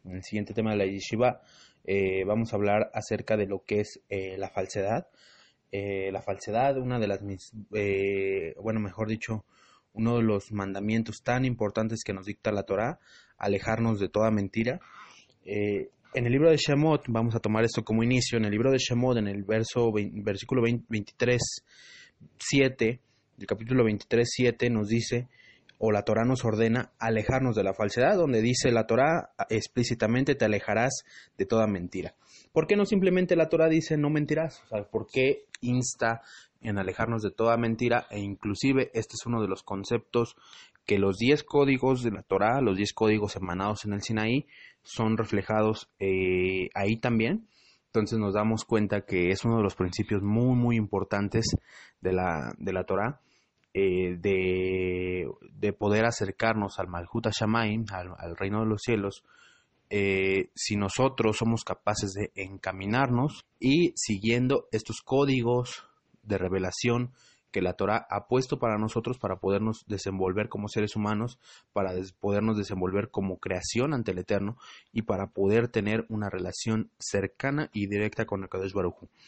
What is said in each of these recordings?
En el siguiente tema de la yeshiva vamos a hablar acerca de lo que es la falsedad. La falsedad, una de las mejor dicho, uno de los mandamientos tan importantes que nos dicta la Torá, alejarnos de toda mentira. En el libro de Shemot, vamos a tomar esto como inicio, en el libro de Shemot, en el versículo 23, 7, el capítulo 23, 7 nos dice, o la Torá nos ordena alejarnos de la falsedad, donde dice la Torá explícitamente te alejarás de toda mentira. ¿Por qué no simplemente la Torá dice no mentirás? O sea, ¿por qué insta en alejarnos de toda mentira? E inclusive este es uno de los conceptos que los 10 códigos de la Torá, los 10 códigos emanados en el Sinaí, son reflejados ahí también. Entonces nos damos cuenta que es uno de los principios muy, muy importantes de la Torá. De poder acercarnos al Malhut HaShamayim, al reino de los cielos, si nosotros somos capaces de encaminarnos y siguiendo estos códigos de revelación que la Torá ha puesto para nosotros para podernos desenvolver como seres humanos, para podernos desenvolver como creación ante el Eterno y para poder tener una relación cercana y directa con el Kadosh Baruj Hu.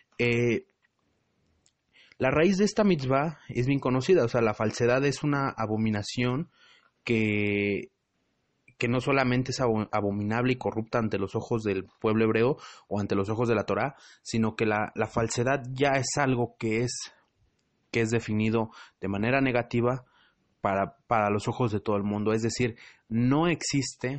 La raíz de esta mitzvah es bien conocida, o sea, la falsedad es una abominación que no solamente es abominable y corrupta ante los ojos del pueblo hebreo o ante los ojos de la Torá, sino que la falsedad ya es algo que es definido de manera negativa para los ojos de todo el mundo. Es decir, no existe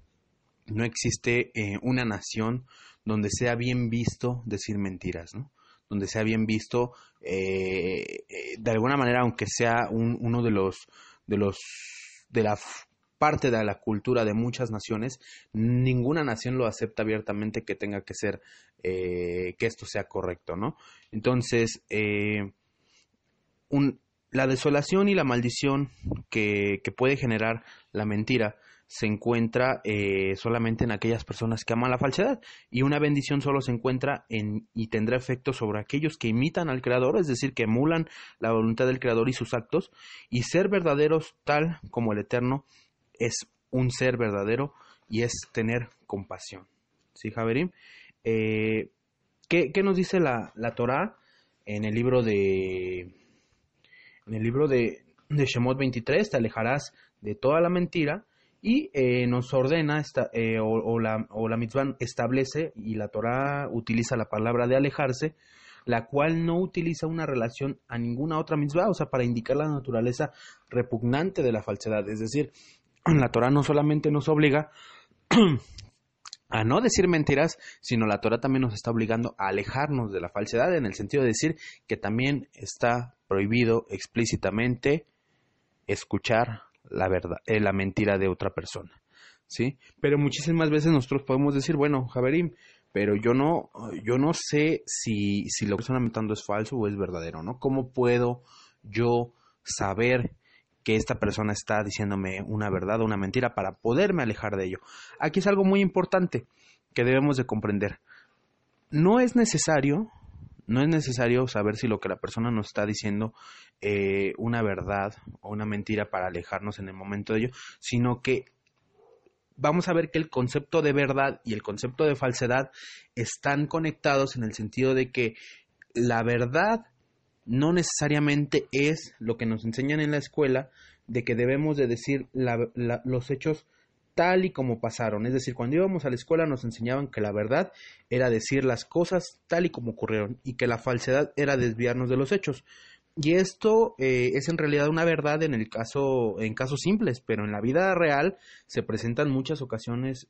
una nación donde sea bien visto decir mentiras, ¿no? Donde sea bien visto, de alguna manera, aunque sea uno de la parte de la cultura de muchas naciones, ninguna nación lo acepta abiertamente que tenga que ser, que esto sea correcto, ¿no? Entonces, la desolación y la maldición que puede generar la mentira se encuentra solamente en aquellas personas que aman la falsedad, y una bendición solo se encuentra y tendrá efecto sobre aquellos que imitan al Creador, es decir, que emulan la voluntad del Creador y sus actos, y ser verdaderos tal como el Eterno es un ser verdadero y es tener compasión. ¿Sí, Javerim? ¿Qué nos dice la Torá en el libro de Shemot 23? Te alejarás de toda la mentira. Y nos ordena, la mitzvah establece, y la Torá utiliza la palabra de alejarse, la cual no utiliza una relación a ninguna otra mitzvah, o sea, para indicar la naturaleza repugnante de la falsedad. Es decir, la Torá no solamente nos obliga a no decir mentiras, sino la Torá también nos está obligando a alejarnos de la falsedad, en el sentido de decir que también está prohibido explícitamente escuchar la verdad, la mentira de otra persona, ¿sí? Pero muchísimas veces nosotros podemos decir, bueno, Javerim, pero yo no sé si lo que están mentando es falso o es verdadero, ¿no? ¿Cómo puedo yo saber que esta persona está diciéndome una verdad o una mentira para poderme alejar de ello? Aquí es algo muy importante que debemos de comprender. No es necesario saber si lo que la persona nos está diciendo una verdad o una mentira para alejarnos en el momento de ello, sino que vamos a ver que el concepto de verdad y el concepto de falsedad están conectados, en el sentido de que la verdad no necesariamente es lo que nos enseñan en la escuela, de que debemos de decir los hechos tal y como pasaron. Es decir, cuando íbamos a la escuela nos enseñaban que la verdad era decir las cosas tal y como ocurrieron, y que la falsedad era desviarnos de los hechos. Y esto es en realidad una verdad en casos simples, pero en la vida real se presentan muchas ocasiones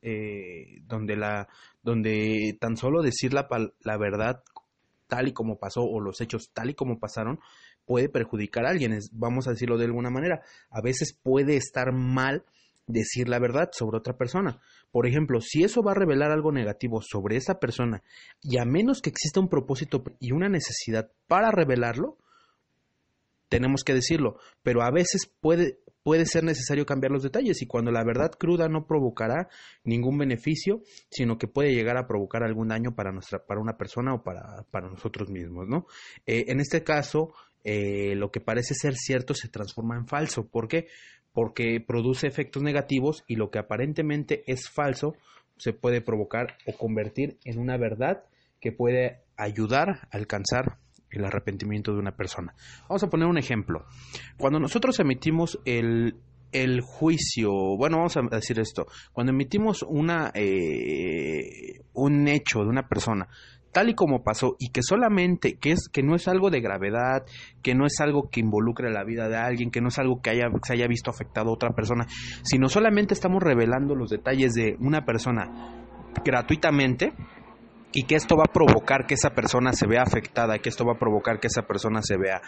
donde tan solo decir la verdad tal y como pasó, o los hechos tal y como pasaron, puede perjudicar a alguien. Vamos a decirlo de alguna manera. A veces puede estar mal decir la verdad sobre otra persona. Por ejemplo, si eso va a revelar algo negativo sobre esa persona, y a menos que exista un propósito y una necesidad para revelarlo, tenemos que decirlo. Pero a veces puede ser necesario cambiar los detalles, y cuando la verdad cruda no provocará ningún beneficio, sino que puede llegar a provocar algún daño para una persona o para nosotros mismos, ¿no? En este caso, lo que parece ser cierto se transforma en falso. ¿Por qué? porque produce efectos negativos y lo que aparentemente es falso se puede provocar o convertir en una verdad que puede ayudar a alcanzar el arrepentimiento de una persona. Vamos a poner un ejemplo. Cuando nosotros emitimos el juicio, bueno, vamos a decir esto, cuando emitimos un hecho de una persona, tal y como pasó, y que solamente, que no es algo de gravedad, que no es algo que involucre la vida de alguien, que no es algo que se haya visto afectado a otra persona, sino solamente estamos revelando los detalles de una persona gratuitamente, y que esto va a provocar que esa persona se vea afectada, que esto va a provocar que esa persona se vea,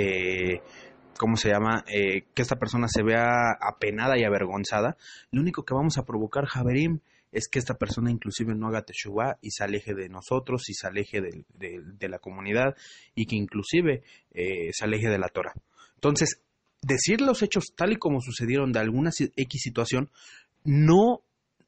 ¿cómo se llama? Que esta persona se vea apenada y avergonzada. Lo único que vamos a provocar, Javerim, es que esta persona inclusive no haga teshuvá y se aleje de nosotros y se aleje de la comunidad y que inclusive se aleje de la Torah. Entonces, decir los hechos tal y como sucedieron de alguna X situación no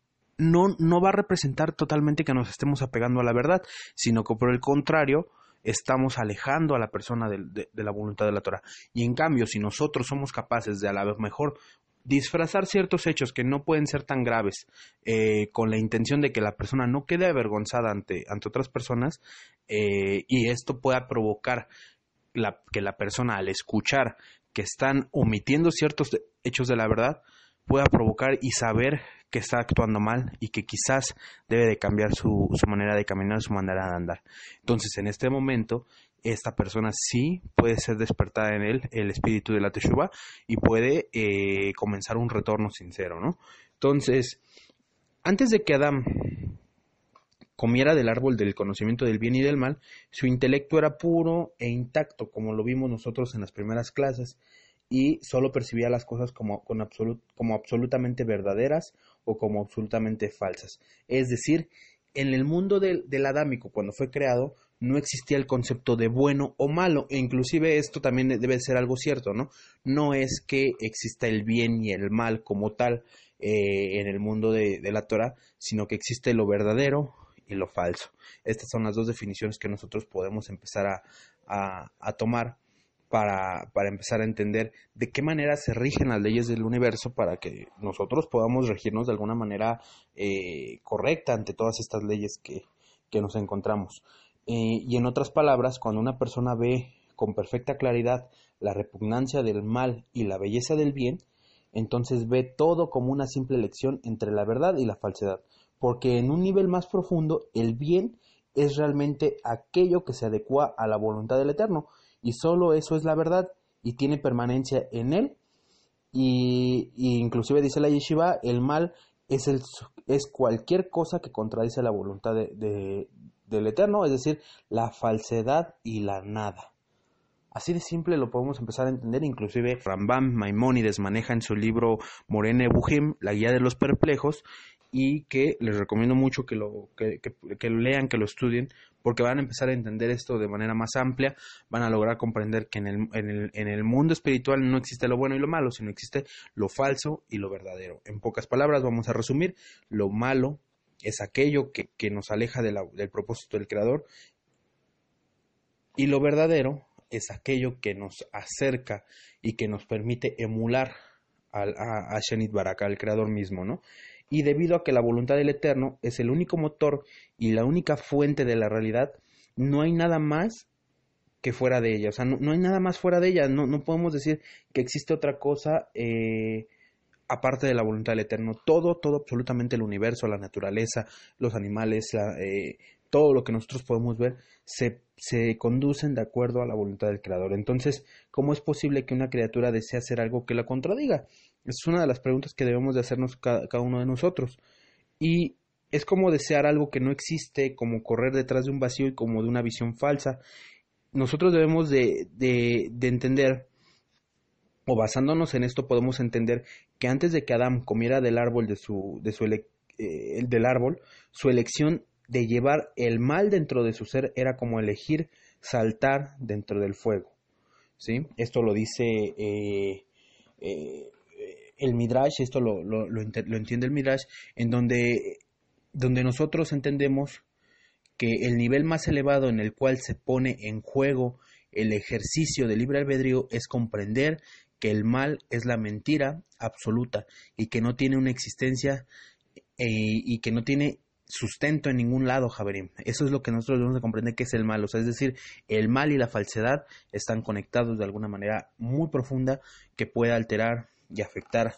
va a representar totalmente que nos estemos apegando a la verdad, sino que por el contrario estamos alejando a la persona de la voluntad de la Torah. Y en cambio, si nosotros somos capaces de a lo mejor disfrazar ciertos hechos que no pueden ser tan graves, con la intención de que la persona no quede avergonzada ante otras personas, y esto pueda provocar que la persona, al escuchar que están omitiendo ciertos hechos de la verdad, pueda provocar y saber que está actuando mal y que quizás debe de cambiar su manera de caminar, su manera de andar. Entonces, en este momento, esta persona sí puede ser despertada en él el espíritu de la Teshuvah y puede comenzar un retorno sincero, ¿no? Entonces, antes de que Adán comiera del árbol del conocimiento del bien y del mal, su intelecto era puro e intacto, como lo vimos nosotros en las primeras clases, y solo percibía las cosas como absolutamente verdaderas o como absolutamente falsas. Es decir, en el mundo del adámico, cuando fue creado, no existía el concepto de bueno o malo, e inclusive esto también debe ser algo cierto, ¿no? No es que exista el bien y el mal como tal en el mundo de la Torah, sino que existe lo verdadero y lo falso. Estas son las dos definiciones que nosotros podemos empezar a tomar para empezar a entender de qué manera se rigen las leyes del universo para que nosotros podamos regirnos de alguna manera correcta ante todas estas leyes que nos encontramos. Y en otras palabras, cuando una persona ve con perfecta claridad la repugnancia del mal y la belleza del bien, entonces ve todo como una simple elección entre la verdad y la falsedad, porque en un nivel más profundo el bien es realmente aquello que se adecua a la voluntad del Eterno, y solo eso es la verdad y tiene permanencia en él. Y inclusive dice la yeshiva, el mal es cualquier cosa que contradice la voluntad del Eterno, es decir, la falsedad y la nada. Así de simple lo podemos empezar a entender. Inclusive Rambam Maimónides maneja en su libro Moreh Nevuchim, la guía de los perplejos, y que les recomiendo mucho que lo lean, que lo estudien, porque van a empezar a entender esto de manera más amplia, van a lograr comprender que en el mundo espiritual no existe lo bueno y lo malo, sino existe lo falso y lo verdadero. En pocas palabras vamos a resumir: lo malo es aquello que nos aleja del propósito del Creador, y lo verdadero es aquello que nos acerca y que nos permite emular a Shenit Baraka, al Creador mismo, ¿no? Y debido a que la voluntad del Eterno es el único motor y la única fuente de la realidad, no hay nada más que fuera de ella. O sea, no hay nada más fuera de ella. No podemos decir que existe otra cosa aparte de la voluntad del Eterno. Todo, absolutamente el universo, la naturaleza, los animales, todo lo que nosotros podemos ver, se conducen de acuerdo a la voluntad del Creador. Entonces, ¿cómo es posible que una criatura desee hacer algo que la contradiga? Es una de las preguntas que debemos de hacernos cada uno de nosotros. Y es como desear algo que no existe, como correr detrás de un vacío y como de una visión falsa. Nosotros debemos de entender, o basándonos en esto podemos entender que antes de que Adán comiera del árbol del árbol, su elección de llevar el mal dentro de su ser era como elegir saltar dentro del fuego, ¿sí? Esto lo dice el Midrash, esto lo entiende el Midrash, en donde nosotros entendemos que el nivel más elevado en el cual se pone en juego el ejercicio de libre albedrío es comprender que el mal es la mentira absoluta y que no tiene una existencia y que no tiene sustento en ningún lado, Javerim. Eso es lo que nosotros debemos de comprender que es el mal. O sea, es decir, el mal y la falsedad están conectados de alguna manera muy profunda que puede alterar y afectar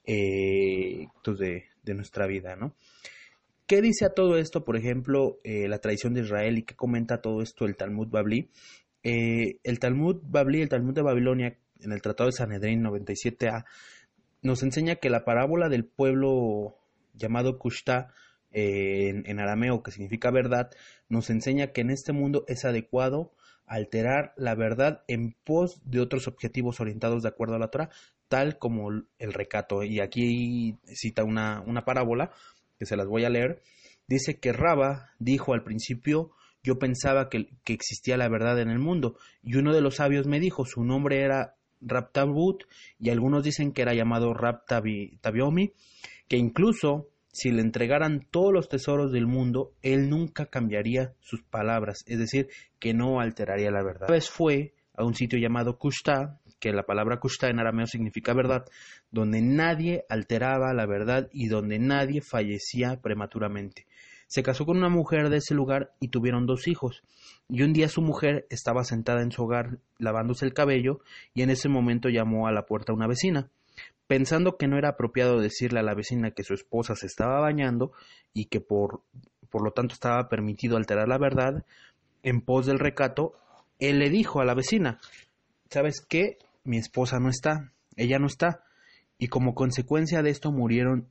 de nuestra vida, ¿no? ¿Qué dice a todo esto, por ejemplo, la tradición de Israel y qué comenta todo esto el Talmud Babli? El Talmud Babli, el Talmud de Babilonia, en el Tratado de Sanedrín 97a, nos enseña que la parábola del pueblo llamado Kushta, en arameo, que significa verdad, nos enseña que en este mundo es adecuado alterar la verdad en pos de otros objetivos orientados de acuerdo a la Torah, tal como el recato. Y aquí cita una parábola, que se las voy a leer. Dice que Raba dijo al principio: yo pensaba que existía la verdad en el mundo, y uno de los sabios me dijo, su nombre era Rab Tabut, y algunos dicen que era llamado Rab Tabiomi, que incluso si le entregaran todos los tesoros del mundo, él nunca cambiaría sus palabras, es decir, que no alteraría la verdad. Una vez fue a un sitio llamado Kushta, que la palabra Kushta en arameo significa verdad, donde nadie alteraba la verdad y donde nadie fallecía prematuramente. Se casó con una mujer de ese lugar y tuvieron 2 hijos. Y un día su mujer estaba sentada en su hogar lavándose el cabello y en ese momento llamó a la puerta a una vecina. Pensando que no era apropiado decirle a la vecina que su esposa se estaba bañando y que por lo tanto estaba permitido alterar la verdad, en pos del recato, él le dijo a la vecina: ¿sabes qué? Mi esposa no está, ella no está. Y como consecuencia de esto murieron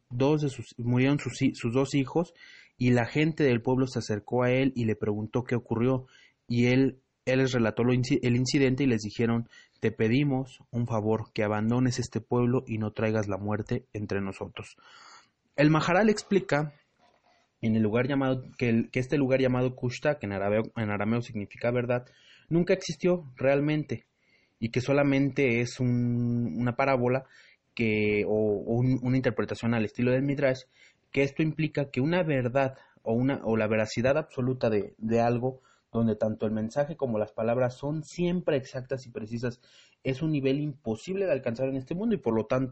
sus 2 hijos, y la gente del pueblo se acercó a él y le preguntó qué ocurrió, y él les relató el incidente y les dijeron: te pedimos un favor, que abandones este pueblo y no traigas la muerte entre nosotros. El Maharal explica en el lugar llamado que este lugar llamado Kushta, que en arameo significa verdad, nunca existió realmente y que solamente es una parábola una interpretación al estilo del Midrash, que esto implica que una verdad o la veracidad absoluta de algo, donde tanto el mensaje como las palabras son siempre exactas y precisas, es un nivel imposible de alcanzar en este mundo, y por lo tanto,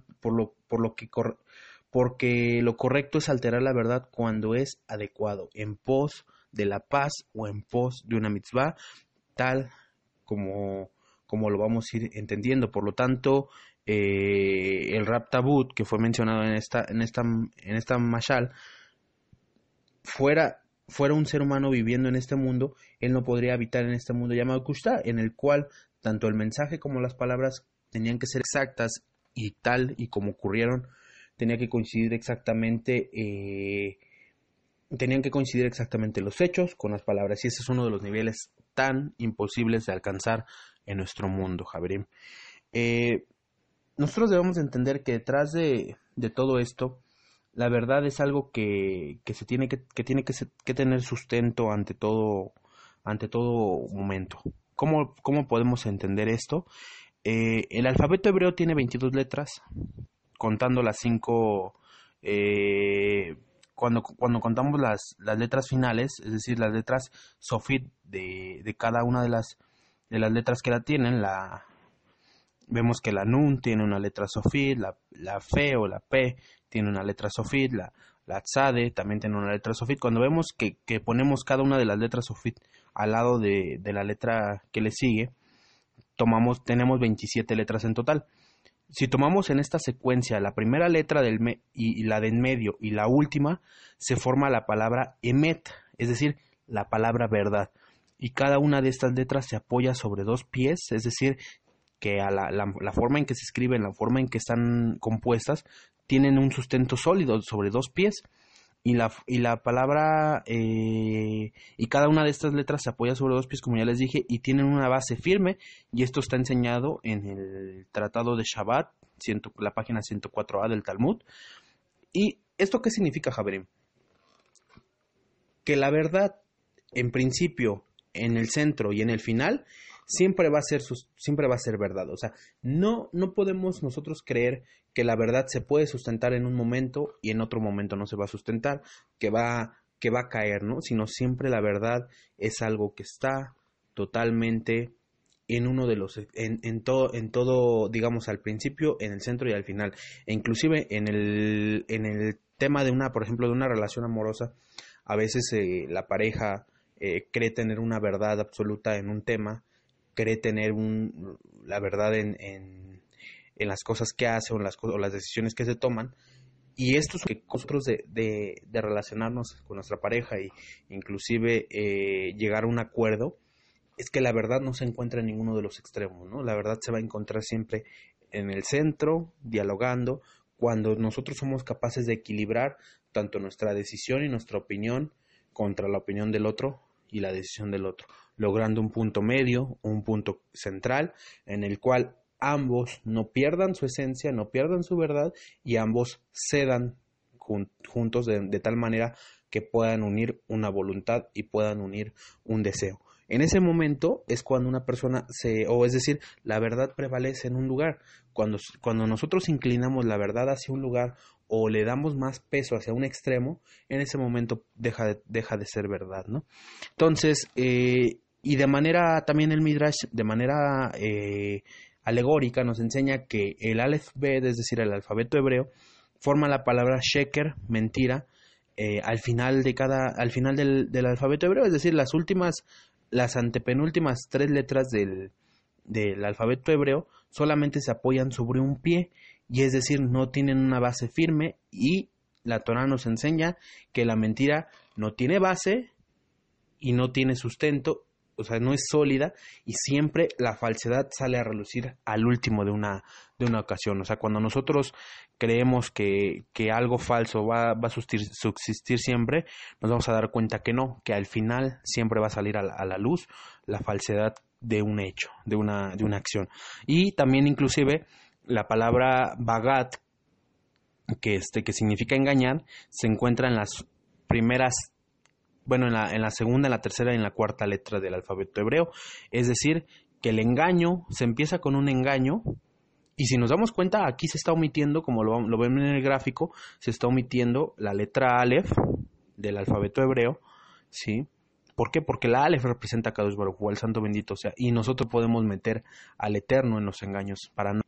porque lo correcto es alterar la verdad cuando es adecuado, en pos de la paz o en pos de una mitzvah, tal como lo vamos a ir entendiendo. Por lo tanto, el Rab Tabut, que fue mencionado en esta mashal, fuera un ser humano viviendo en este mundo, él no podría habitar en este mundo llamado Kushta, en el cual tanto el mensaje como las palabras tenían que ser exactas, y tal y como ocurrieron, tenían que coincidir exactamente los hechos con las palabras, y ese es uno de los niveles tan imposibles de alcanzar en nuestro mundo, Javerim. Nosotros debemos entender que detrás de todo esto, la verdad es algo que tiene que tener sustento ante todo momento. ¿Cómo podemos entender esto? El alfabeto hebreo tiene 22 letras, contando las 5, cuando contamos las letras finales, es decir, las letras sofit de cada una de las letras que la tienen. Vemos que la nun tiene una letra sofit, la fe o la p tiene una letra sofit, la tzade también tiene una letra sofit. Cuando vemos que ponemos cada una de las letras sofit al lado de la letra que le sigue, tenemos 27 letras en total. Si tomamos en esta secuencia la primera letra y la de en medio y la última, se forma la palabra emet, es decir, la palabra verdad. Y cada una de estas letras se apoya sobre 2 pies, es decir, que a la forma en que se escriben, la forma en que están compuestas, tienen un sustento sólido sobre 2 pies. Y la palabra y cada una de estas letras se apoya sobre 2 pies, como ya les dije, y tienen una base firme, y esto está enseñado en el Tratado de Shabbat, la página 104a del Talmud. ¿Y esto qué significa, Javerim? Que la verdad, en principio, en el centro y en el final, siempre va a ser verdad. O sea, no podemos nosotros creer que la verdad se puede sustentar en un momento y en otro momento no se va a sustentar, que va a caer, ¿no? Sino siempre la verdad es algo que está totalmente en uno de los, en todo, digamos, al principio, en el centro y al final. E inclusive en el tema de una, por ejemplo, de una relación amorosa, a veces la pareja cree tener una verdad absoluta en un tema, cree tener la verdad en las cosas que hace o las decisiones que se toman, y esto es que nosotros de relacionarnos con nuestra pareja y inclusive llegar a un acuerdo, es que la verdad no se encuentra en ninguno de los extremos, ¿no? La verdad se va a encontrar siempre en el centro, dialogando, cuando nosotros somos capaces de equilibrar tanto nuestra decisión y nuestra opinión contra la opinión del otro y la decisión del otro, logrando un punto medio, un punto central, en el cual ambos no pierdan su esencia, no pierdan su verdad y ambos cedan juntos de tal manera que puedan unir una voluntad y puedan unir un deseo. En ese momento es cuando una persona o es decir, la verdad prevalece en un lugar. Cuando nosotros inclinamos la verdad hacia un lugar o le damos más peso hacia un extremo, en ese momento deja de ser verdad, ¿no? Entonces, y de manera, también el Midrash, de manera alegórica, nos enseña que el Aleph Bet, es decir, el alfabeto hebreo, forma la palabra sheker, mentira, al final del alfabeto hebreo, es decir, las antepenúltimas 3 letras del alfabeto hebreo solamente se apoyan sobre un pie, y es decir, no tienen una base firme, y la Torá nos enseña que la mentira no tiene base y no tiene sustento, o sea, no es sólida, y siempre la falsedad sale a relucir al último de una ocasión. O sea, cuando nosotros creemos que algo falso va a subsistir siempre, nos vamos a dar cuenta que no, que al final siempre va a salir a la luz la falsedad de un hecho, de una acción. Y también inclusive la palabra bagat, que significa engañar, se encuentra en las primeras, bueno, en la segunda, en la tercera y en la cuarta letra del alfabeto hebreo. Es decir, que el engaño se empieza con un engaño, y si nos damos cuenta, aquí se está omitiendo, como lo ven en el gráfico, se está omitiendo la letra Aleph del alfabeto hebreo, ¿sí? ¿Por qué? Porque la Aleph representa a Kadosh Baruj Hu, al Santo Bendito, o sea, y nosotros podemos meter al Eterno en los engaños para no...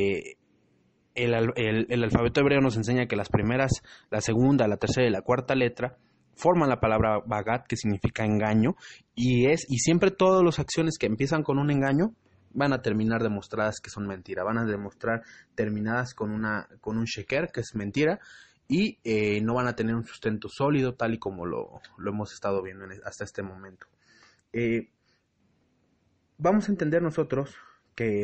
El alfabeto hebreo nos enseña que las primeras, la segunda, la tercera y la cuarta letra forman la palabra bagat, que significa engaño, y siempre todas las acciones que empiezan con un engaño van a terminar demostradas que son mentira, van a demostrar terminadas con un sheker, que es mentira, y no van a tener un sustento sólido, tal y como lo hemos estado viendo hasta este momento. Vamos a entender nosotros que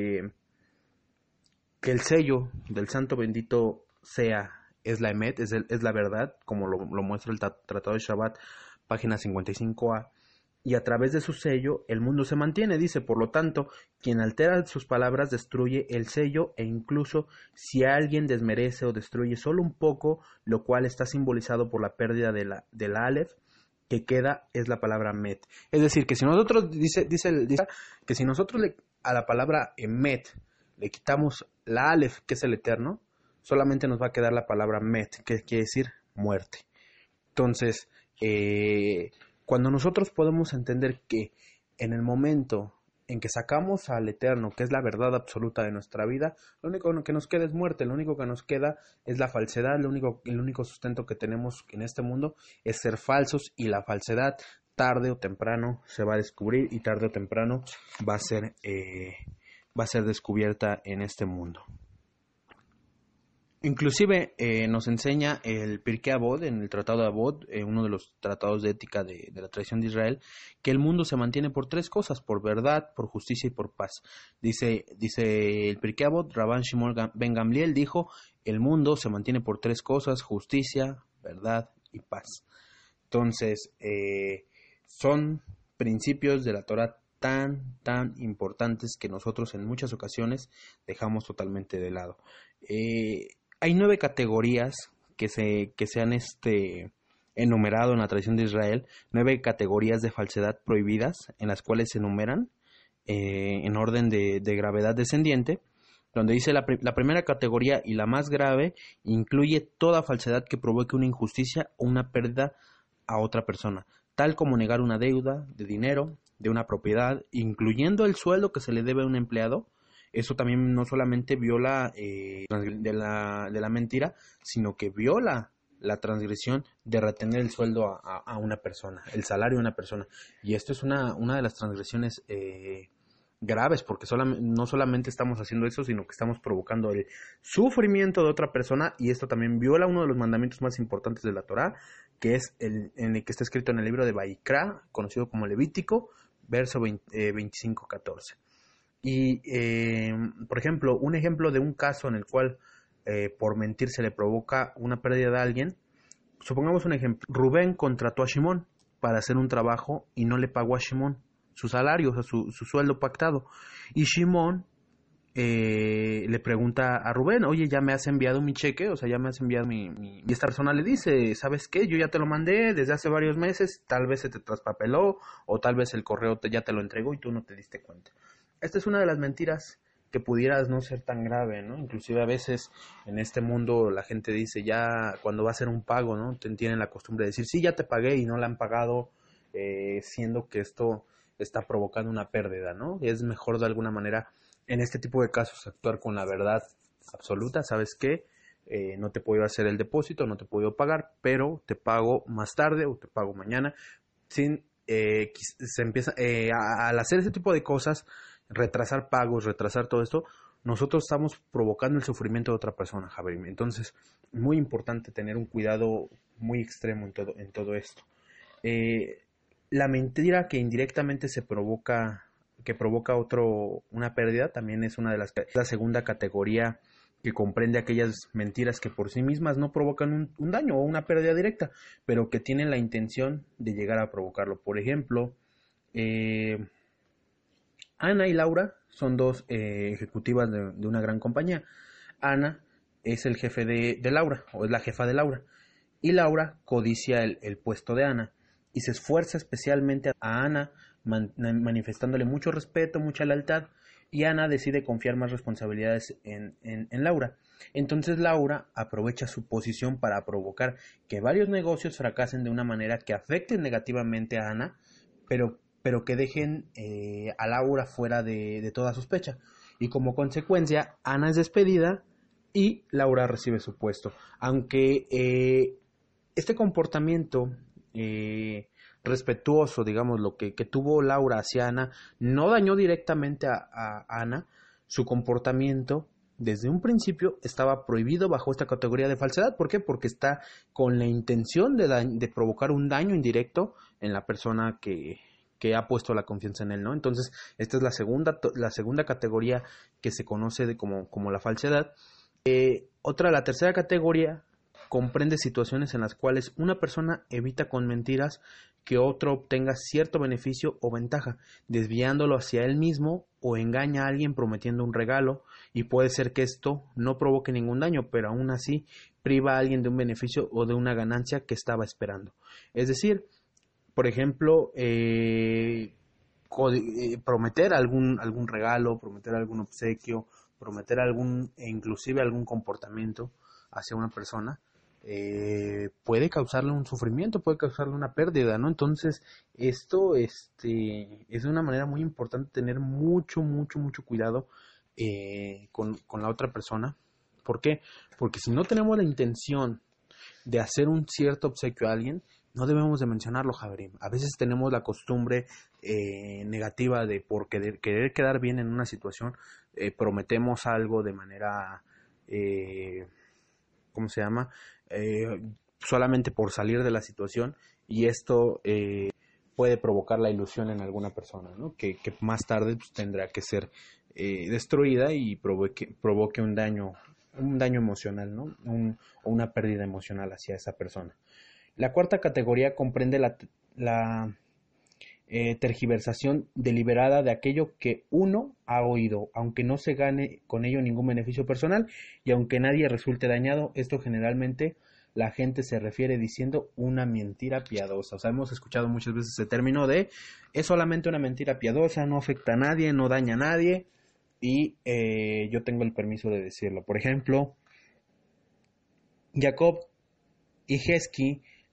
el sello del Santo Bendito es la Emet, es la verdad, como lo muestra el Tratado de Shabbat, página 55a, y a través de su sello el mundo se mantiene, dice. Por lo tanto, quien altera sus palabras destruye el sello, e incluso si alguien desmerece o destruye solo un poco, lo cual está simbolizado por la pérdida de la Aleph, que queda es la palabra Met. Es decir, que si nosotros, dice que si nosotros a la palabra Met le quitamos la Aleph, que es el eterno, solamente nos va a quedar la palabra Met, que quiere decir muerte. Entonces, cuando nosotros podemos entender que en el momento en que sacamos al eterno, que es la verdad absoluta de nuestra vida, lo único que nos queda es muerte, lo único que nos queda es la falsedad, el único sustento que tenemos en este mundo es ser falsos, y la falsedad tarde o temprano se va a descubrir, y tarde o temprano va a ser descubierta en este mundo. Inclusive nos enseña el Pirkei Avot, en el Tratado de Avot, uno de los tratados de ética de la tradición de Israel, que el mundo se mantiene por 3 cosas: por verdad, por justicia y por paz. Dice el Pirkei Avot, Rabban Shimon ben Gamliel dijo: el mundo se mantiene por 3 cosas: justicia, verdad y paz. Entonces, son principios de la Torah tan importantes que nosotros en muchas ocasiones dejamos totalmente de lado. Hay 9 categorías que se han enumerado en la tradición de Israel, 9 categorías de falsedad prohibidas, en las cuales se enumeran en orden de gravedad descendiente, donde dice la primera categoría y la más grave incluye toda falsedad que provoque una injusticia o una pérdida a otra persona, tal como negar una deuda de dinero, de una propiedad, incluyendo el sueldo que se le debe a un empleado, eso también no solamente viola de la mentira, sino que viola la transgresión de retener el sueldo a una persona, el salario de una persona. Y esto es una de las transgresiones graves, porque no solamente estamos haciendo eso, sino que estamos provocando el sufrimiento de otra persona, y esto también viola uno de los mandamientos más importantes de la Torá, que es en el que está escrito en el libro de Baikra, conocido como Levítico, verso 25-14. Y, por ejemplo, un ejemplo de un caso en el cual por mentir se le provoca una pérdida de alguien. Supongamos un ejemplo. Rubén contrató a Shimón para hacer un trabajo y no le pagó a Shimón su salario, o sea, su sueldo pactado. Y Shimón le pregunta a Rubén, oye, ya me has enviado mi cheque, o sea, ya me has enviado Y esta persona le dice, ¿sabes qué? Yo ya te lo mandé desde hace varios meses, tal vez se te traspapeló, o tal vez el correo ya te lo entregó y tú no te diste cuenta. Esta es una de las mentiras que pudieras no ser tan grave, ¿no? Inclusive a veces en este mundo la gente dice ya cuando va a hacer un pago, ¿no? Tienen la costumbre de decir, sí, ya te pagué y no la han pagado, siendo que esto está provocando una pérdida, ¿no? Es mejor de alguna manera en este tipo de casos actuar con la verdad absoluta. ¿Sabes qué? No te puedo hacer el depósito, no te puedo pagar, pero te pago más tarde o te pago mañana. Se empieza al hacer ese tipo de cosas, retrasar pagos, retrasar todo esto, nosotros estamos provocando el sufrimiento de otra persona, Javier. Entonces, muy importante tener un cuidado muy extremo en todo esto. La mentira que indirectamente que provoca una pérdida, también es la segunda categoría, que comprende aquellas mentiras que por sí mismas no provocan un daño o una pérdida directa, pero que tienen la intención de llegar a provocarlo. Por ejemplo, Ana y Laura son dos ejecutivas de una gran compañía. Ana es el jefe de Laura, o es la jefa de Laura, y Laura codicia el puesto de Ana y se esfuerza especialmente a Ana, manifestándole mucho respeto, mucha lealtad, y Ana decide confiar más responsabilidades en Laura. Entonces Laura aprovecha su posición para provocar que varios negocios fracasen de una manera que afecte negativamente a Ana, pero que dejen a Laura fuera de toda sospecha. Y como consecuencia, Ana es despedida y Laura recibe su puesto. Aunque este comportamiento respetuoso, digamos, lo que tuvo Laura hacia Ana, no dañó directamente a Ana. Su comportamiento desde un principio estaba prohibido bajo esta categoría de falsedad. ¿Por qué? Porque está con la intención de provocar un daño indirecto en la persona que ha puesto la confianza en él, ¿no? Entonces, esta es la segunda categoría que se conoce como la falsedad. La tercera categoría comprende situaciones en las cuales una persona evita con mentiras que otro obtenga cierto beneficio o ventaja, desviándolo hacia él mismo, o engaña a alguien prometiendo un regalo, y puede ser que esto no provoque ningún daño, pero aún así priva a alguien de un beneficio o de una ganancia que estaba esperando. Es decir, por ejemplo, prometer algún regalo, prometer algún obsequio, prometer inclusive algún comportamiento hacia una persona, puede causarle un sufrimiento, puede causarle una pérdida, ¿no? Entonces, esto es de una manera muy importante tener mucho, mucho, mucho cuidado con la otra persona. ¿Por qué? Porque si no tenemos la intención de hacer un cierto obsequio a alguien, no debemos de mencionarlo, Javerim. A veces tenemos la costumbre negativa de por querer quedar bien en una situación, prometemos algo de manera, ¿cómo se llama? Solamente por salir de la situación, y esto puede provocar la ilusión en alguna persona, ¿no? Que más tarde pues, tendrá que ser destruida y provoque un daño emocional, ¿no? O una pérdida emocional hacia esa persona. La cuarta categoría comprende la tergiversación deliberada de aquello que uno ha oído, aunque no se gane con ello ningún beneficio personal y aunque nadie resulte dañado. Esto generalmente la gente se refiere diciendo una mentira piadosa. O sea, hemos escuchado muchas veces ese término de es solamente una mentira piadosa, no afecta a nadie, no daña a nadie, y yo tengo el permiso de decirlo. Por ejemplo, Jacob y Hesky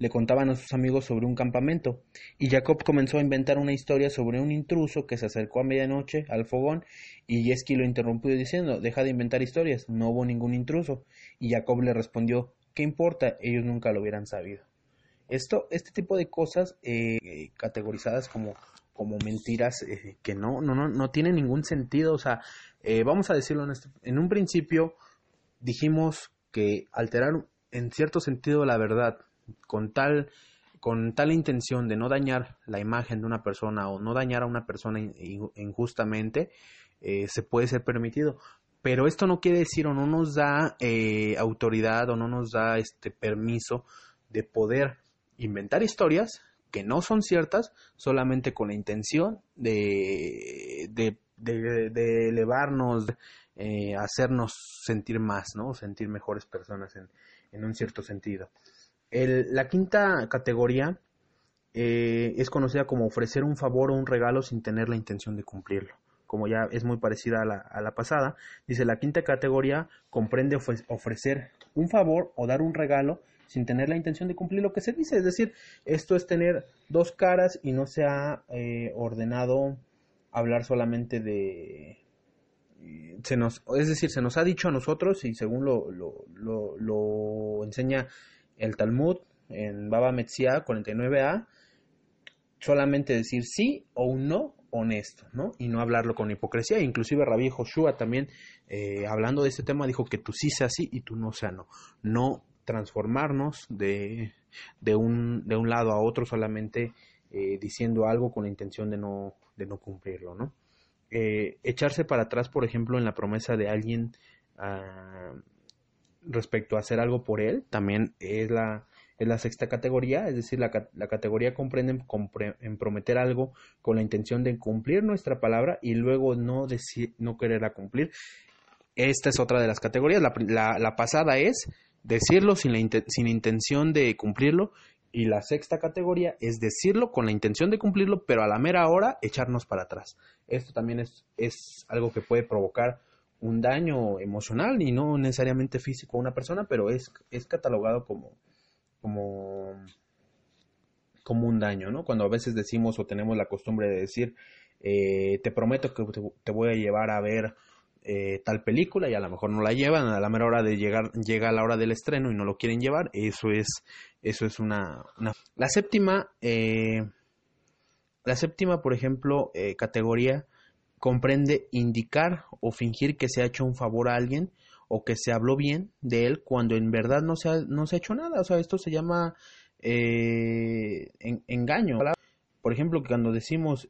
le contaban a sus amigos sobre un campamento, y Jacob comenzó a inventar una historia sobre un intruso que se acercó a medianoche al fogón, y Yeski lo interrumpió diciendo: deja de inventar historias, no hubo ningún intruso. Y Jacob le respondió: ¿qué importa? Ellos nunca lo hubieran sabido. Este tipo de cosas categorizadas como mentiras que no tienen ningún sentido. O sea, vamos a decirlo en un principio dijimos que alterar en cierto sentido la verdad con tal intención de no dañar la imagen de una persona o no dañar a una persona injustamente, se puede ser permitido. Pero esto no quiere decir o no nos da autoridad o no nos da permiso de poder inventar historias que no son ciertas solamente con la intención de elevarnos, hacernos sentir más, ¿no? Sentir mejores personas en un cierto sentido. La quinta categoría es conocida como ofrecer un favor o un regalo sin tener la intención de cumplirlo. Como ya es muy parecida a la pasada, dice: la quinta categoría comprende ofrecer un favor o dar un regalo sin tener la intención de cumplir lo que se dice. Es decir, esto es tener dos caras y no se ha ordenado hablar solamente de... se nos ha dicho a nosotros, y según lo enseña el Talmud en Baba Metzia 49a, solamente decir sí o un no honesto, ¿no? Y no hablarlo con hipocresía. Inclusive Rabbi Joshua también, hablando de este tema, dijo que tú sí sea sí y tú no sea no. No transformarnos de un lado a otro solamente diciendo algo con la intención de no cumplirlo, ¿no? Echarse para atrás, por ejemplo, en la promesa de alguien respecto a hacer algo por él, también es la sexta categoría. Es decir, la categoría comprende en prometer algo con la intención de cumplir nuestra palabra y luego no quererla cumplir. Esta es otra de las categorías. La pasada es decirlo sin intención de cumplirlo, y la sexta categoría es decirlo con la intención de cumplirlo, pero a la mera hora echarnos para atrás. Esto también es algo que puede provocar un daño emocional y no necesariamente físico a una persona, pero es catalogado como un daño, ¿no? Cuando a veces decimos o tenemos la costumbre de decir, te prometo que te voy a llevar a ver tal película, y a lo mejor no la llevan, a la mera hora de llega la hora del estreno y no lo quieren llevar. Eso es una... La séptima, por ejemplo, categoría comprende indicar o fingir que se ha hecho un favor a alguien o que se habló bien de él cuando en verdad no se ha hecho nada. O sea, esto se llama engaño. Por ejemplo, cuando decimos...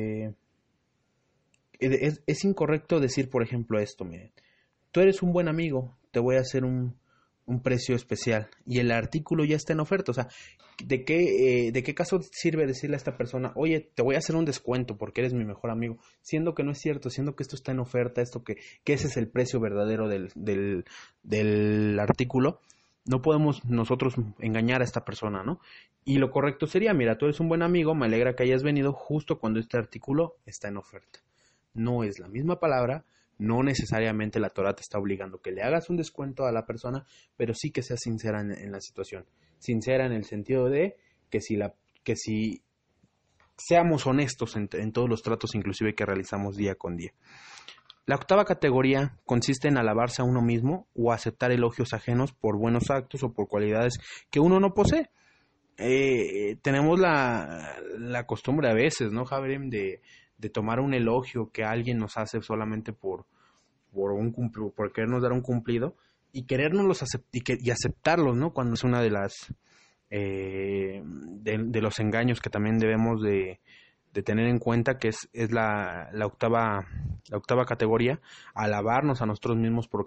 es incorrecto decir, por ejemplo, esto: miren, tú eres un buen amigo, te voy a hacer un precio especial, y el artículo ya está en oferta. O sea, ¿de qué caso sirve decirle a esta persona: oye, te voy a hacer un descuento porque eres mi mejor amigo? Siendo que no es cierto, siendo que esto está en oferta, que ese es el precio verdadero del artículo. No podemos nosotros engañar a esta persona, ¿no? Y lo correcto sería: mira, tú eres un buen amigo, me alegra que hayas venido justo cuando este artículo está en oferta. No es la misma palabra, no necesariamente la Torah te está obligando que le hagas un descuento a la persona, pero sí que seas sincera en la situación. Sincera en el sentido de que si seamos honestos en todos los tratos, inclusive que realizamos día con día. La octava categoría consiste en alabarse a uno mismo o aceptar elogios ajenos por buenos actos o por cualidades que uno no posee. Tenemos la costumbre a veces, ¿no, Javier, de tomar un elogio que alguien nos hace solamente por querernos dar un cumplido y querernos y aceptarlos, ¿no? Cuando es una de las de los engaños que también debemos de tener en cuenta, que es la octava categoría: alabarnos a nosotros mismos por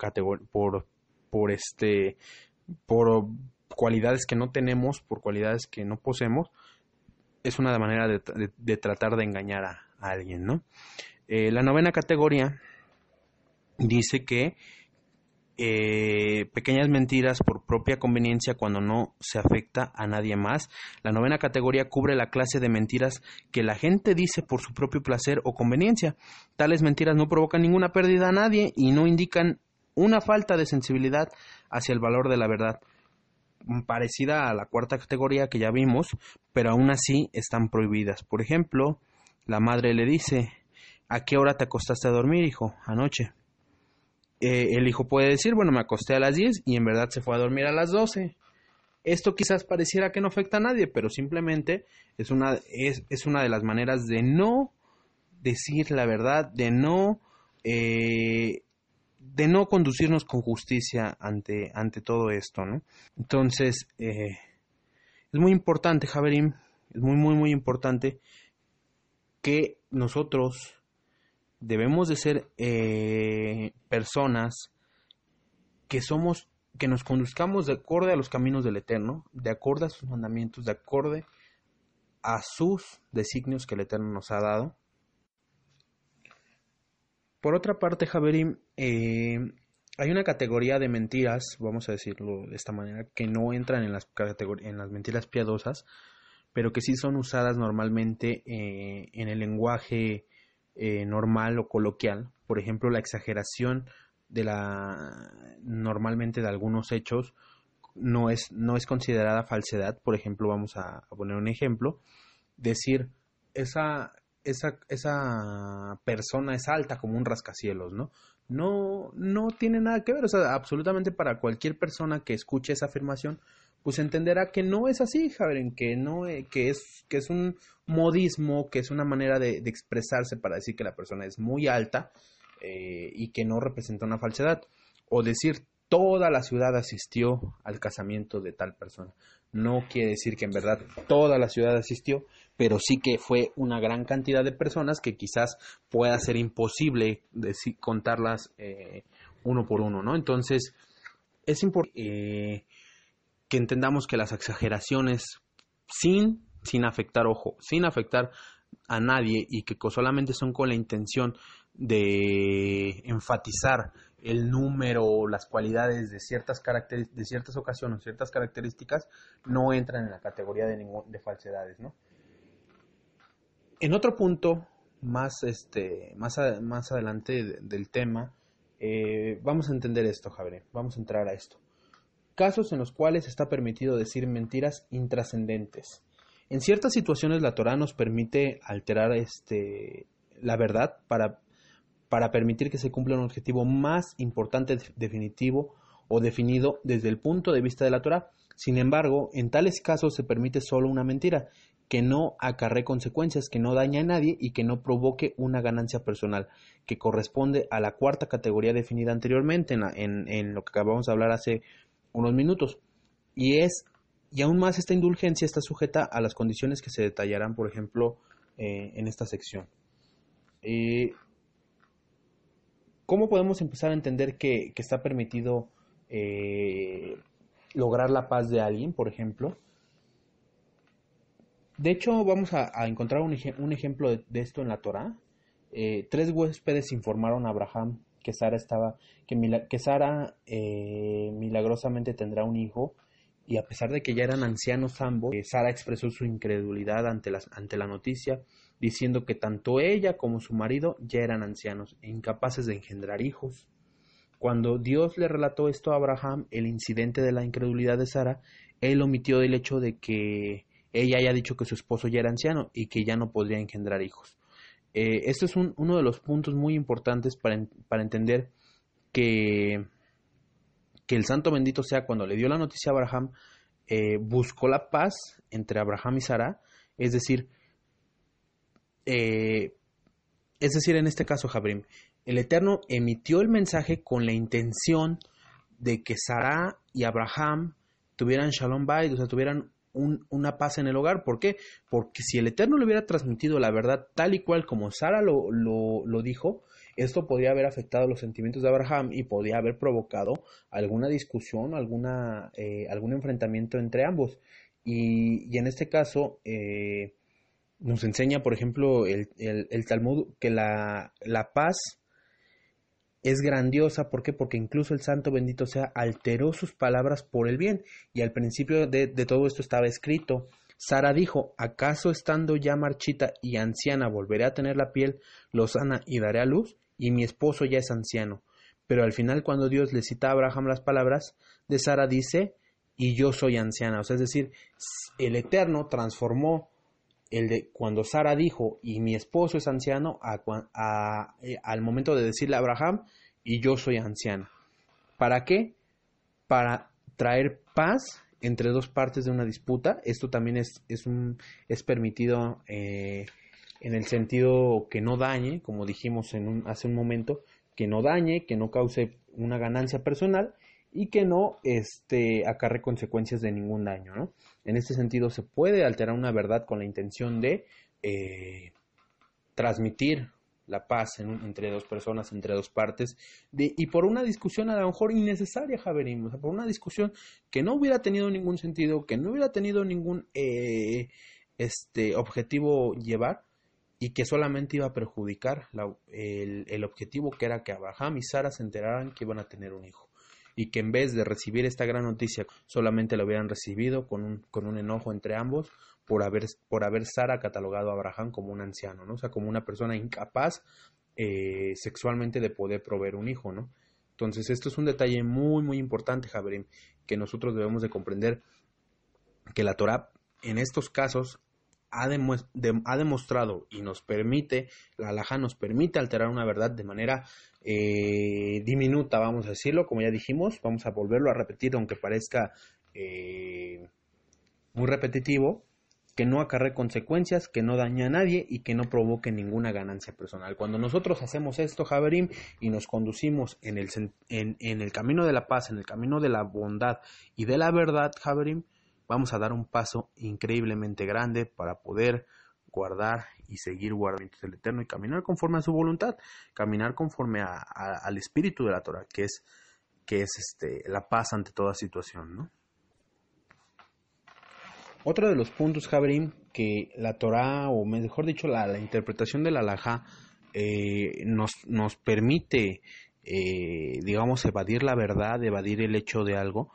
cualidades que no tenemos, por cualidades que no poseemos. Es una manera de tratar de engañar a alguien, ¿no? La novena categoría dice que pequeñas mentiras por propia conveniencia cuando no se afecta a nadie más. La novena categoría cubre la clase de mentiras que la gente dice por su propio placer o conveniencia. Tales mentiras no provocan ninguna pérdida a nadie y no indican una falta de sensibilidad hacia el valor de la verdad. parecida a la cuarta categoría que ya vimos, pero aún así están prohibidas. Por ejemplo, la madre le dice: ¿a qué hora te acostaste a dormir, hijo, anoche? El hijo puede decir: bueno, me acosté a las 10 y en verdad se fue a dormir a las 12. Esto quizás pareciera que no afecta a nadie, pero simplemente es una de las maneras de no decir la verdad, de no conducirnos con justicia ante todo esto, ¿no? Entonces, es muy importante, Javerín, es muy, muy, muy importante que nosotros debemos de ser personas que nos conduzcamos de acorde a los caminos del Eterno, de acorde a sus mandamientos, de acorde a sus designios que el Eterno nos ha dado. Por otra parte, Javerín, hay una categoría de mentiras, vamos a decirlo de esta manera, que no entran en las mentiras piadosas, pero que sí son usadas normalmente en el lenguaje normal o coloquial. Por ejemplo, la exageración normalmente de algunos hechos no es considerada falsedad. Por ejemplo, vamos a poner un ejemplo: decir esa persona es alta como un rascacielos, ¿no? No tiene nada que ver. O sea, absolutamente, para cualquier persona que escuche esa afirmación, pues entenderá que no es así, Javier, que es un modismo, que es una manera de expresarse para decir que la persona es muy alta, y que no representa una falsedad. O decir: toda la ciudad asistió al casamiento de tal persona. No quiere decir que en verdad toda la ciudad asistió, pero sí que fue una gran cantidad de personas que quizás pueda ser imposible contarlas uno por uno, ¿no? Entonces, es importante que entendamos que las exageraciones, sin afectar, ojo, sin afectar a nadie, y que solamente son con la intención de enfatizar el número, las cualidades de de ciertas ocasiones, ciertas características, no entran en la categoría de falsedades, ¿no? En otro punto, más adelante del tema, vamos a entender esto, Javier. Vamos a entrar a esto. Casos en los cuales está permitido decir mentiras intrascendentes. En ciertas situaciones la Torá nos permite alterar la verdad para permitir que se cumpla un objetivo más importante, definitivo o definido desde el punto de vista de la Torá. Sin embargo, en tales casos se permite solo una mentira, que no acarree consecuencias, que no dañe a nadie y que no provoque una ganancia personal, que corresponde a la cuarta categoría definida anteriormente en lo que acabamos de hablar hace unos minutos. Y aún más, esta indulgencia está sujeta a las condiciones que se detallarán, por ejemplo, en esta sección. ¿Cómo podemos empezar a entender que está permitido lograr la paz de alguien, por ejemplo? De hecho, vamos a encontrar un ejemplo de esto en la Torá. 3 huéspedes informaron a Abraham que Sara milagrosamente tendrá un hijo, y a pesar de que ya eran ancianos ambos, Sara expresó su incredulidad ante la noticia, diciendo que tanto ella como su marido ya eran ancianos e incapaces de engendrar hijos. Cuando Dios le relató esto a Abraham, el incidente de la incredulidad de Sara, él omitió el hecho de que ella haya dicho que su esposo ya era anciano y que ya no podría engendrar hijos. Esto es uno de los puntos muy importantes para entender que el santo bendito sea, cuando le dio la noticia a Abraham, buscó la paz entre Abraham y Sara, es decir, en este caso, Jabrim, el Eterno emitió el mensaje con la intención de que Sara y Abraham tuvieran Shalom Bayit, o sea, tuvieran una paz en el hogar. ¿Por qué? Porque si el Eterno le hubiera transmitido la verdad tal y cual como Sara lo dijo, esto podría haber afectado los sentimientos de Abraham y podría haber provocado alguna discusión, algún enfrentamiento entre ambos. Y en este caso, nos enseña, por ejemplo, el Talmud, que la paz es grandiosa. ¿Por qué? Porque incluso el santo bendito sea alteró sus palabras por el bien. Y al principio de todo esto estaba escrito: Sara dijo: ¿acaso estando ya marchita y anciana volveré a tener la piel lozana y daré a luz? Y mi esposo ya es anciano. Pero al final, cuando Dios le cita a Abraham las palabras de Sara, dice y yo soy anciana. O sea, es decir, el Eterno transformó el de cuando Sara dijo, y mi esposo es anciano, al momento de decirle a Abraham, y yo soy anciana. ¿Para qué? Para traer paz entre dos partes de una disputa. Esto también es permitido en el sentido que no dañe, como dijimos hace un momento, que no dañe, que no cause una ganancia personal y que no acarre consecuencias de ningún daño, ¿no? En este sentido se puede alterar una verdad con la intención de transmitir la paz entre dos personas, entre dos partes, y por una discusión a lo mejor innecesaria, Javerín, o sea, por una discusión que no hubiera tenido ningún sentido, que no hubiera tenido ningún objetivo llevar, y que solamente iba a perjudicar el objetivo, que era que Abraham y Sara se enteraran que iban a tener un hijo, y que en vez de recibir esta gran noticia solamente lo hubieran recibido con un enojo entre ambos por haber Sara catalogado a Abraham como un anciano, ¿no? O sea, como una persona incapaz sexualmente de poder proveer un hijo, ¿no? Entonces esto es un detalle muy muy importante, Javerim, que nosotros debemos de comprender, que la Torá en estos casos ha demostrado y nos permite, la halajá nos permite alterar una verdad de manera diminuta, vamos a decirlo, como ya dijimos, vamos a volverlo a repetir aunque parezca muy repetitivo, que no acarre consecuencias, que no dañe a nadie y que no provoque ninguna ganancia personal. Cuando nosotros hacemos esto, Javerim, y nos conducimos en el camino de la paz, en el camino de la bondad y de la verdad, Javerim, vamos a dar un paso increíblemente grande para poder guardar y seguir guardando el Eterno y caminar conforme a su voluntad, caminar conforme al espíritu de la Torah, que es la paz ante toda situación, ¿no? Otro de los puntos, Javerim, que la Torah, o mejor dicho, la interpretación de la halajá nos permite, digamos, evadir la verdad, evadir el hecho de algo,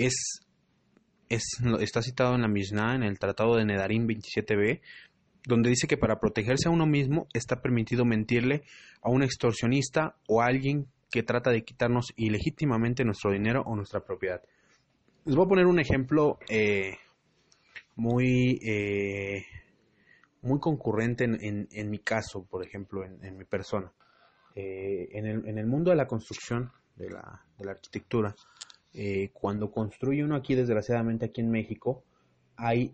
está citado en la Mishnah, en el Tratado de Nedarim 27b, donde dice que para protegerse a uno mismo está permitido mentirle a un extorsionista o a alguien que trata de quitarnos ilegítimamente nuestro dinero o nuestra propiedad. Les voy a poner un ejemplo muy concurrente en mi caso, por ejemplo, en mi persona. En el mundo de la construcción, de la arquitectura, cuando construye uno aquí, desgraciadamente aquí en México, hay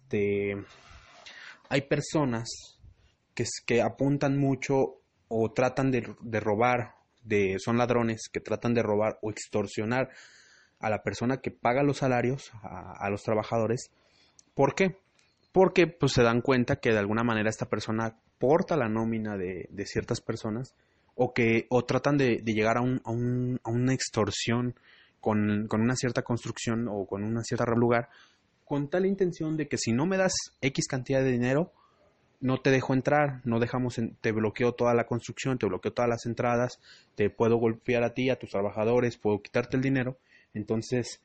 personas que apuntan mucho o tratan de robar, son ladrones que tratan de robar o extorsionar a la persona que paga los salarios a los trabajadores. ¿Por qué? Porque pues se dan cuenta que de alguna manera esta persona porta la nómina de ciertas personas, o tratan de llegar a una extorsión con una cierta construcción o con una cierta lugar, con tal intención de que si no me das X cantidad de dinero, no te dejo entrar, te bloqueo toda la construcción, te bloqueo todas las entradas, te puedo golpear a ti, a tus trabajadores, puedo quitarte el dinero. Entonces,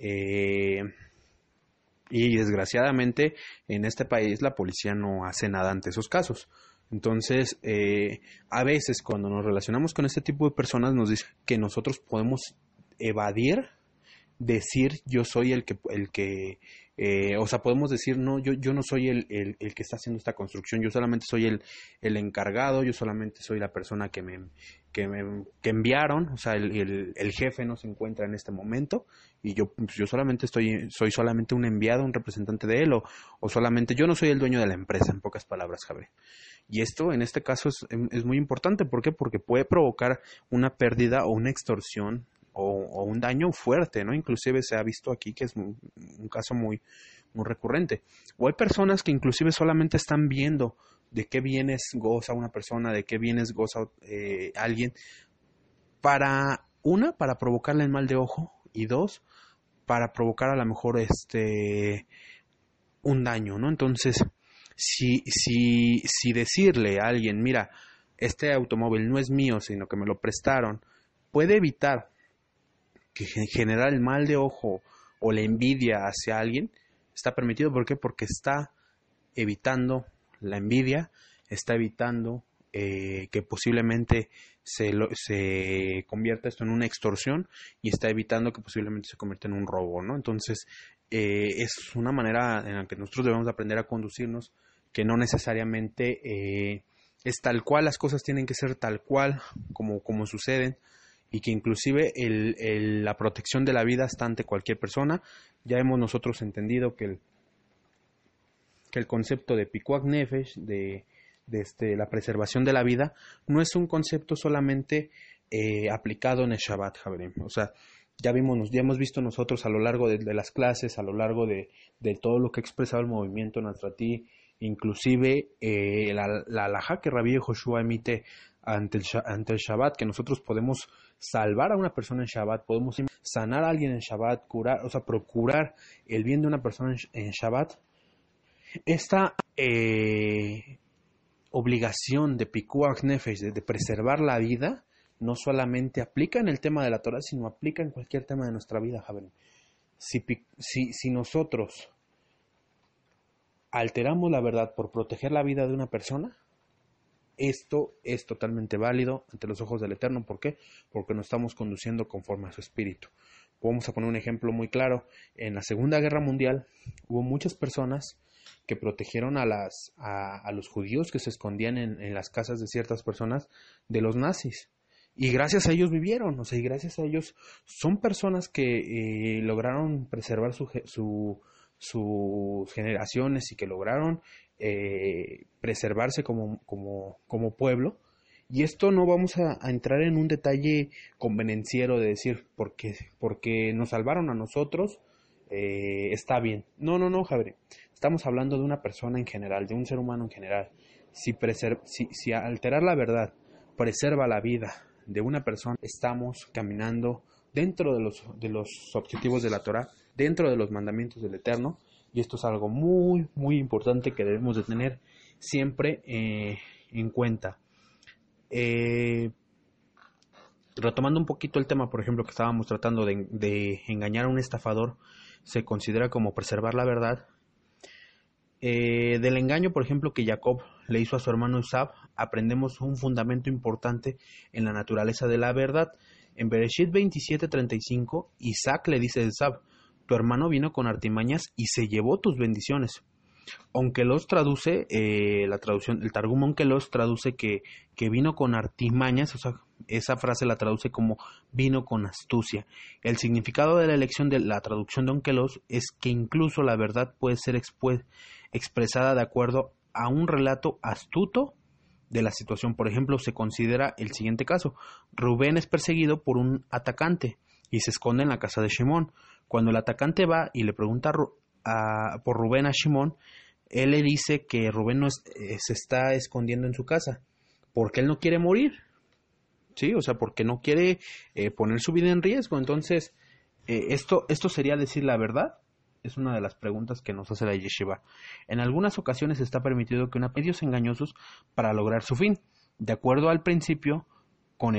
y desgraciadamente en este país la policía no hace nada ante esos casos. Entonces, a veces cuando nos relacionamos con este tipo de personas nos dicen que nosotros podemos evadir, decir yo soy el que o sea, podemos decir no, yo no soy el que está haciendo esta construcción, yo solamente soy el encargado, yo solamente soy la persona que enviaron, o sea, el jefe no se encuentra en este momento y yo solamente soy solamente un enviado, un representante de él, o solamente yo no soy el dueño de la empresa, en pocas palabras, Javier. Y esto en este caso es muy importante. ¿Por qué? Porque puede provocar una pérdida o una extorsión o un daño fuerte, ¿no? Inclusive se ha visto aquí que es un caso muy, muy recurrente. O hay personas que inclusive solamente están viendo de qué bienes goza una persona, de qué bienes goza alguien, para provocarle el mal de ojo, y dos, para provocar a lo mejor un daño, ¿no? Entonces, si decirle a alguien, mira, este automóvil no es mío, sino que me lo prestaron, puede evitar que generar el mal de ojo o la envidia hacia alguien, está permitido. ¿Por qué? Porque está evitando la envidia, está evitando que posiblemente se convierta esto en una extorsión y está evitando que posiblemente se convierta en un robo, ¿no? Entonces, es una manera en la que nosotros debemos aprender a conducirnos, que no necesariamente es tal cual, las cosas tienen que ser tal cual como suceden, y que inclusive la protección de la vida está ante cualquier persona. Ya hemos nosotros entendido que el concepto de Pikuach Nefesh, de la preservación de la vida, no es un concepto solamente aplicado en el Shabbat, Javerim. O sea, ya hemos visto nosotros a lo largo de las clases, a lo largo de todo lo que ha expresado el movimiento Nazratí, inclusive la halajá que Rabbi Yehoshua emite ante el Shabbat, que nosotros podemos salvar a una persona en Shabbat, podemos sanar a alguien en Shabbat, procurar el bien de una persona en Shabbat. Esta obligación de Pikuach Nefesh, de preservar la vida, no solamente aplica en el tema de la Torah, sino aplica en cualquier tema de nuestra vida, Javier. Si nosotros alteramos la verdad por proteger la vida de una persona, esto es totalmente válido ante los ojos del Eterno. ¿Por qué? Porque nos estamos conduciendo conforme a su espíritu. Vamos a poner un ejemplo muy claro. En la Segunda Guerra Mundial hubo muchas personas que protegieron a los judíos que se escondían en las casas de ciertas personas de los nazis. Y gracias a ellos vivieron, y gracias a ellos son personas que lograron preservar sus generaciones y que lograron preservarse como pueblo. Y esto no vamos a entrar en un detalle convenenciero de decir porque nos salvaron a nosotros, está bien. No, Javier. Estamos hablando de una persona en general, de un ser humano en general. Si alterar la verdad preserva la vida de una persona, estamos caminando dentro de los objetivos de la Torah, dentro de los mandamientos del Eterno, y esto es algo muy, muy importante que debemos de tener siempre en cuenta. Retomando un poquito el tema, por ejemplo, que estábamos tratando de engañar a un estafador, se considera como preservar la verdad. Del engaño, por ejemplo, que Jacob le hizo a su hermano Esaú, aprendemos un fundamento importante en la naturaleza de la verdad. En Bereshit 27:35, Isaac le dice a Esaú: tu hermano vino con artimañas y se llevó tus bendiciones. Onkelos traduce, el Targum Onkelos traduce que vino con artimañas, o sea, esa frase la traduce como vino con astucia. El significado de la elección de la traducción de Onkelos es que incluso la verdad puede ser expresada de acuerdo a un relato astuto de la situación. Por ejemplo, se considera el siguiente caso: Rubén es perseguido por un atacante y se esconde en la casa de Shimón. Cuando el atacante va y le pregunta por Rubén a Shimón, él le dice que Rubén se está escondiendo en su casa porque él no quiere morir, ¿sí? O sea, porque no quiere poner su vida en riesgo. Entonces, esto sería decir la verdad. Es una de las preguntas que nos hace la yeshiva. En algunas ocasiones está permitido que medios engañosos para lograr su fin. De acuerdo al principio, con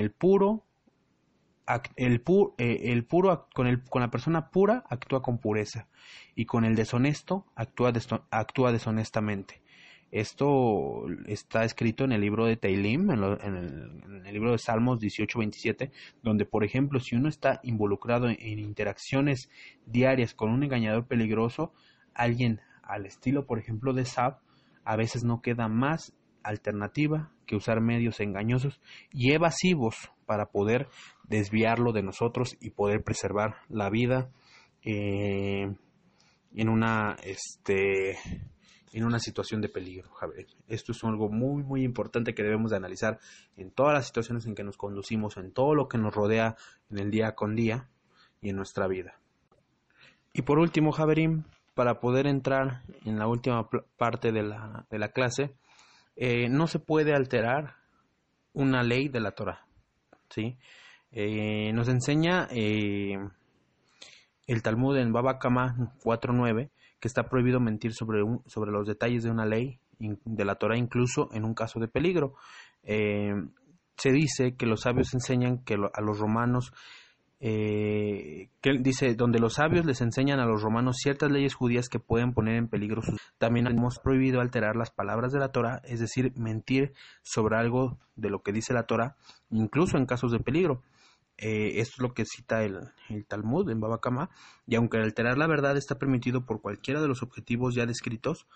la persona pura actúa con pureza, y con el deshonesto actúa deshonestamente. Esto está escrito en el libro de Teilim, en el libro de Salmos 18:27, donde, por ejemplo, si uno está involucrado en interacciones diarias con un engañador peligroso, alguien al estilo, por ejemplo, de Esaú, a veces no queda más alternativa que usar medios engañosos y evasivos para poder desviarlo de nosotros y poder preservar la vida en una situación de peligro, Javier. Esto es algo muy, muy importante que debemos de analizar en todas las situaciones en que nos conducimos, en todo lo que nos rodea en el día con día y en nuestra vida. Y por último, Javerim, para poder entrar en la última parte de la clase, no se puede alterar una ley de la Torah, ¿sí? Nos enseña el Talmud en Baba Kama 4:9 que está prohibido mentir sobre los detalles de una ley de la Torah, incluso en un caso de peligro. Se dice que los sabios enseñan que a los romanos que dice, donde los sabios les enseñan a los romanos ciertas leyes judías que pueden poner en peligro sus... También hemos prohibido alterar las palabras de la Torá, es decir, mentir sobre algo de lo que dice la Torá, incluso en casos de peligro. Esto es lo que cita el Talmud en Baba Kama, y aunque alterar la verdad está permitido por cualquiera de los objetivos ya descritos,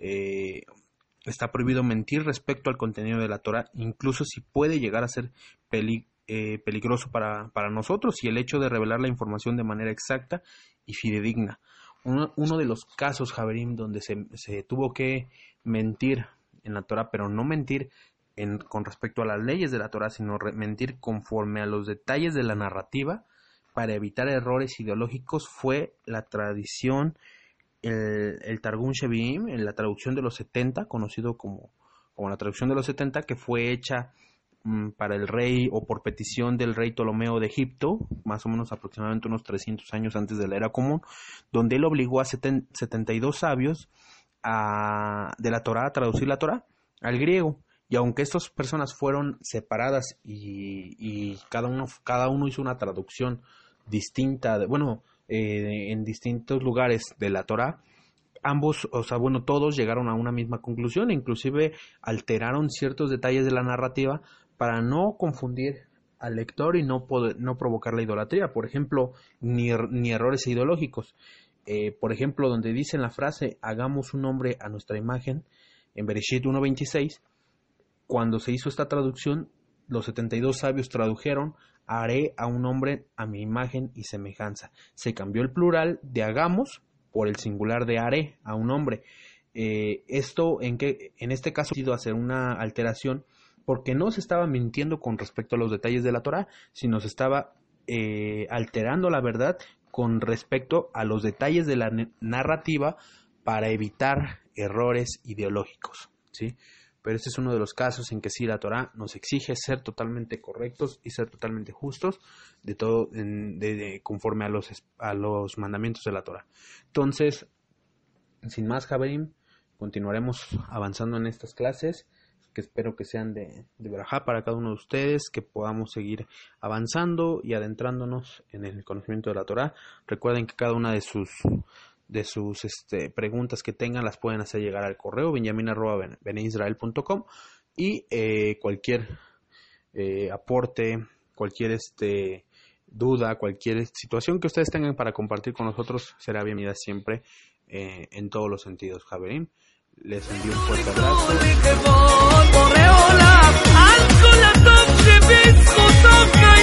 está prohibido mentir respecto al contenido de la Torá, incluso si puede llegar a ser peligroso para nosotros, y el hecho de revelar la información de manera exacta y fidedigna. Uno de los casos, Javerim, donde se tuvo que mentir en la Torá, pero no mentir con respecto a las leyes de la Torá, sino mentir conforme a los detalles de la narrativa para evitar errores ideológicos, fue la tradición, el Targum Shevi'im, en la traducción de los 70, conocido como la traducción de los 70, que fue hecha para el rey o por petición del rey Ptolomeo de Egipto, más o menos aproximadamente unos 300 años antes de la era común, donde él obligó a 72 sabios de la Torá a traducir la Torá al griego. Y aunque estas personas fueron separadas y cada uno hizo una traducción distinta, en distintos lugares de la Torá, todos llegaron a una misma conclusión, e inclusive alteraron ciertos detalles de la narrativa para no confundir al lector y no provocar la idolatría. Por ejemplo, ni errores ideológicos. Por ejemplo, donde dice en la frase, hagamos un hombre a nuestra imagen, en Bereshit 1.26, cuando se hizo esta traducción, los 72 sabios tradujeron, haré a un hombre a mi imagen y semejanza. Se cambió el plural de hagamos por el singular de haré a un hombre. Esto en este caso ha sido hacer una alteración, porque no se estaba mintiendo con respecto a los detalles de la Torá, sino se estaba alterando la verdad con respecto a los detalles de la narrativa para evitar errores ideológicos, ¿sí? Pero este es uno de los casos en que sí la Torá nos exige ser totalmente correctos y ser totalmente justos conforme a los mandamientos de la Torá. Entonces, sin más, Javerim, continuaremos avanzando en estas clases, que espero que sean de verajá para cada uno de ustedes, que podamos seguir avanzando y adentrándonos en el conocimiento de la Torá. Recuerden que cada una de sus preguntas que tengan las pueden hacer llegar al correo benjamin@beneisrael.com, y cualquier aporte, cualquier duda, cualquier situación que ustedes tengan para compartir con nosotros será bienvenida siempre, en todos los sentidos. Javerim, les envío un fuerte abrazo.